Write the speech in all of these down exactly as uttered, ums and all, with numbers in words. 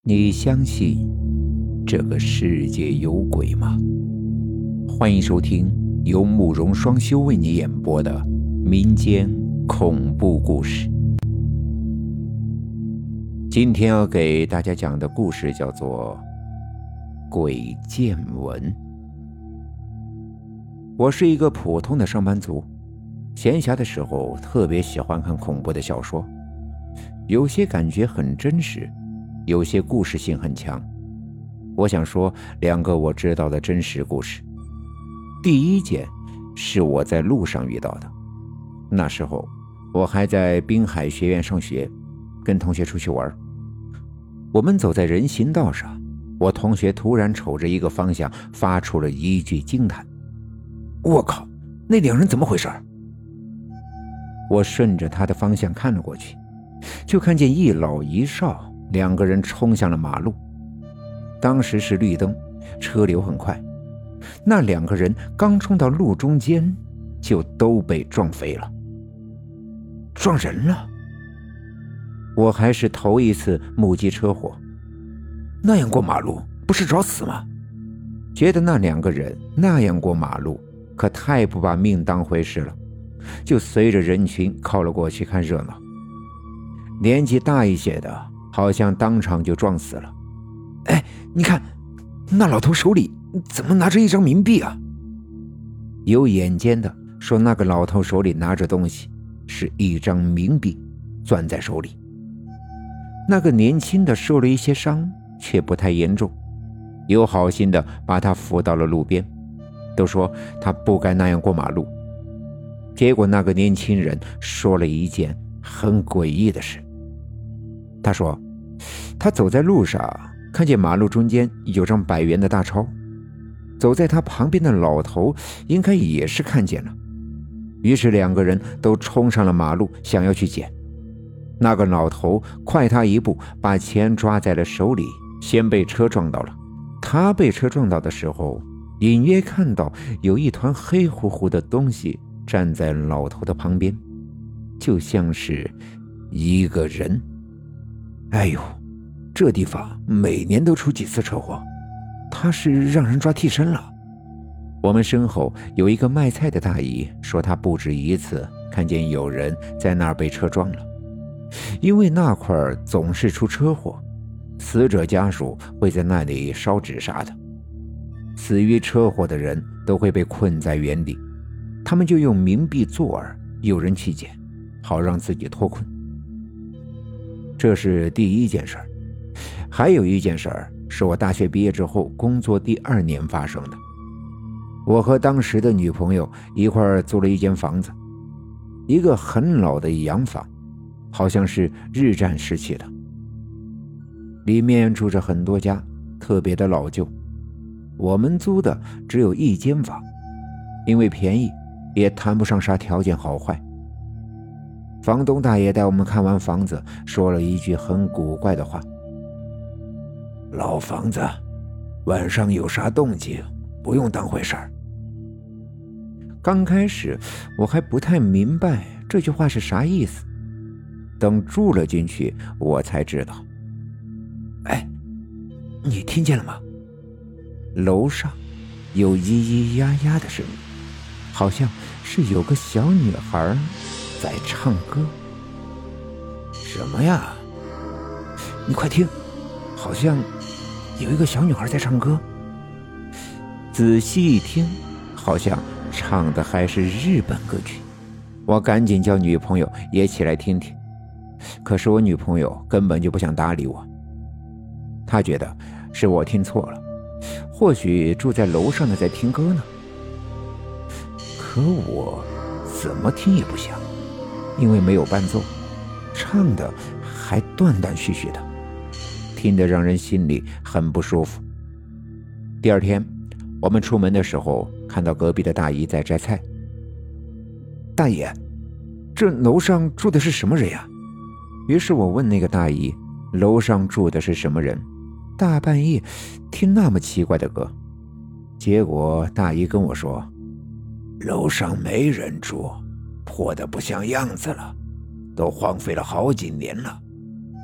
你相信这个世界有鬼吗？欢迎收听由慕容双修为你演播的民间恐怖故事。今天要给大家讲的故事叫做鬼见闻。我是一个普通的上班族，闲暇的时候特别喜欢看恐怖的小说，有些感觉很真实，有些故事性很强。我想说两个我知道的真实故事。第一件是我在路上遇到的，那时候我还在滨海学院上学，跟同学出去玩。我们走在人行道上，我同学突然瞅着一个方向发出了一句惊叹：我靠，那两人怎么回事？我顺着他的方向看了过去，就看见一老一少两个人冲向了马路。当时是绿灯，车流很快，那两个人刚冲到路中间就都被撞飞了。撞人了？我还是头一次目击车祸，那样过马路不是找死吗？觉得那两个人那样过马路可太不把命当回事了，就随着人群靠了过去看热闹。年纪大一些的好像当场就撞死了。哎，你看那老头手里怎么拿着一张冥币啊？有眼尖的说那个老头手里拿着东西是一张冥币，攥在手里。那个年轻的受了一些伤，却不太严重，有好心的把他扶到了路边，都说他不该那样过马路。结果那个年轻人说了一件很诡异的事。他说他走在路上，看见马路中间有张百元的大钞，走在他旁边的老头应该也是看见了，于是两个人都冲上了马路，想要去捡。那个老头快他一步，把钱抓在了手里，先被车撞到了。他被车撞到的时候，隐约看到有一团黑乎乎的东西站在老头的旁边，就像是一个人。哎呦，这地方每年都出几次车祸，他是让人抓替身了。我们身后有一个卖菜的大姨说，她不止一次看见有人在那儿被车撞了，因为那块总是出车祸，死者家属会在那里烧纸啥的，死于车祸的人都会被困在原地，他们就用冥币作饵，有人去捡，好让自己脱困。这是第一件事儿。还有一件事儿是我大学毕业之后工作第二年发生的。我和当时的女朋友一块儿租了一间房子，一个很老的洋房，好像是日战时期的，里面住着很多家，特别的老旧。我们租的只有一间房，因为便宜，也谈不上啥条件好坏。房东大爷带我们看完房子，说了一句很古怪的话：老房子，晚上有啥动静不用当回事儿。刚开始我还不太明白这句话是啥意思，等住了进去我才知道。哎，你听见了吗？楼上有咿咿呀呀的声音，好像是有个小女孩在唱歌。什么呀？你快听，好像有一个小女孩在唱歌。仔细一听，好像唱的还是日本歌曲。我赶紧叫女朋友也起来听听，可是我女朋友根本就不想搭理我，她觉得是我听错了，或许住在楼上的在听歌呢。可我怎么听也不像，因为没有伴奏，唱的还断断续续的，听得让人心里很不舒服。第二天我们出门的时候，看到隔壁的大姨在摘菜。大爷，这楼上住的是什么人呀？于是我问那个大姨，楼上住的是什么人？大半夜听那么奇怪的歌。结果大姨跟我说，楼上没人住，破得不像样子了，都荒废了好几年了。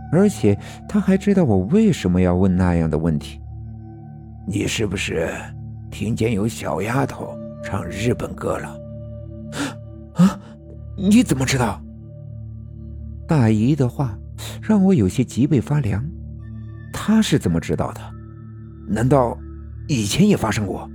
而且他还知道我为什么要问那样的问题。 你是不是听见有小丫头唱日本歌了？ 啊，你怎么知道？大姨的话让我有些脊背发凉。她是怎么知道的？难道以前也发生过？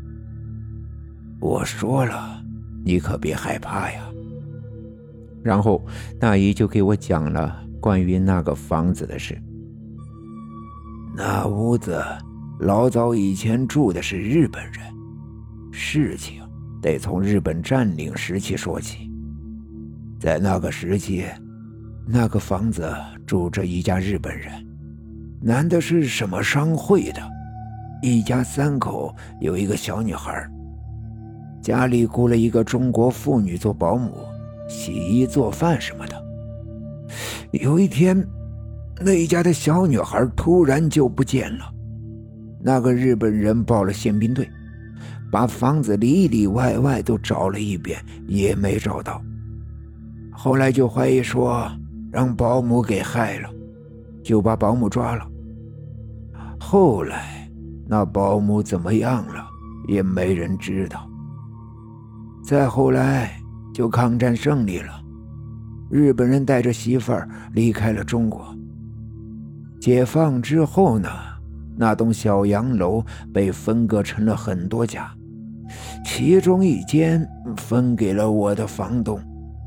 我说了，你可别害怕呀。 然后大姨就给我讲了关于那个房子的事。 那屋子老早以前住的是日本人，事情得从日本占领时期说起。在那个时期，那个房子住着一家日本人，男的是什么商会的，一家三口，有一个小女孩，家里雇了一个中国妇女做保姆，洗衣做饭什么的。有一天，那一家的小女孩突然就不见了，那个日本人报了宪兵队，把房子里里外外都找了一遍，也没找到。后来就怀疑说让保姆给害了，就把保姆抓了。后来那保姆怎么样了也没人知道。再后来就抗战胜利了，日本人带着媳妇儿离开了中国。解放之后呢，那栋小洋楼被分割成了很多家，其中一间分给了我的房东。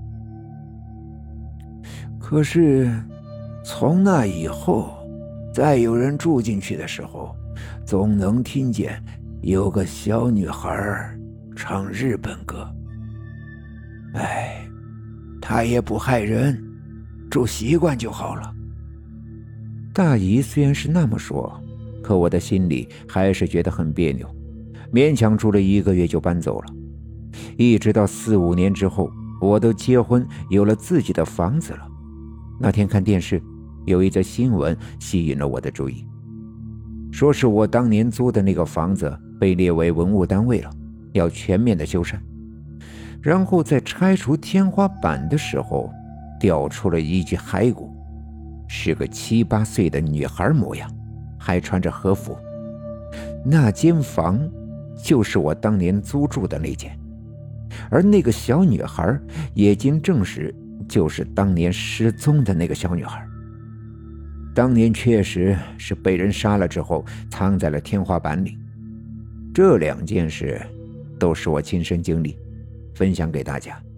可是从那以后，再有人住进去的时候，总能听见有个小女孩唱日本歌。哎，她也不害人，住习惯就好了。 大姨虽然是那么说，可我的心里还是觉得很别扭，勉强住了一个月就搬走了。一直到四五年之后，我都结婚，有了自己的房子了。那天看电视，有一则新闻吸引了我的注意，说是我当年租的那个房子被列为文物单位了，要全面的修缮。然后在拆除天花板的时候，掉出了一具骸骨，是个七八岁的女孩模样，还穿着和服。那间房就是我当年租住的那间，而那个小女孩也经证实就是当年失踪的那个小女孩。当年确实是被人杀了之后藏在了天花板里。这两件事都是我亲身经历，分享给大家。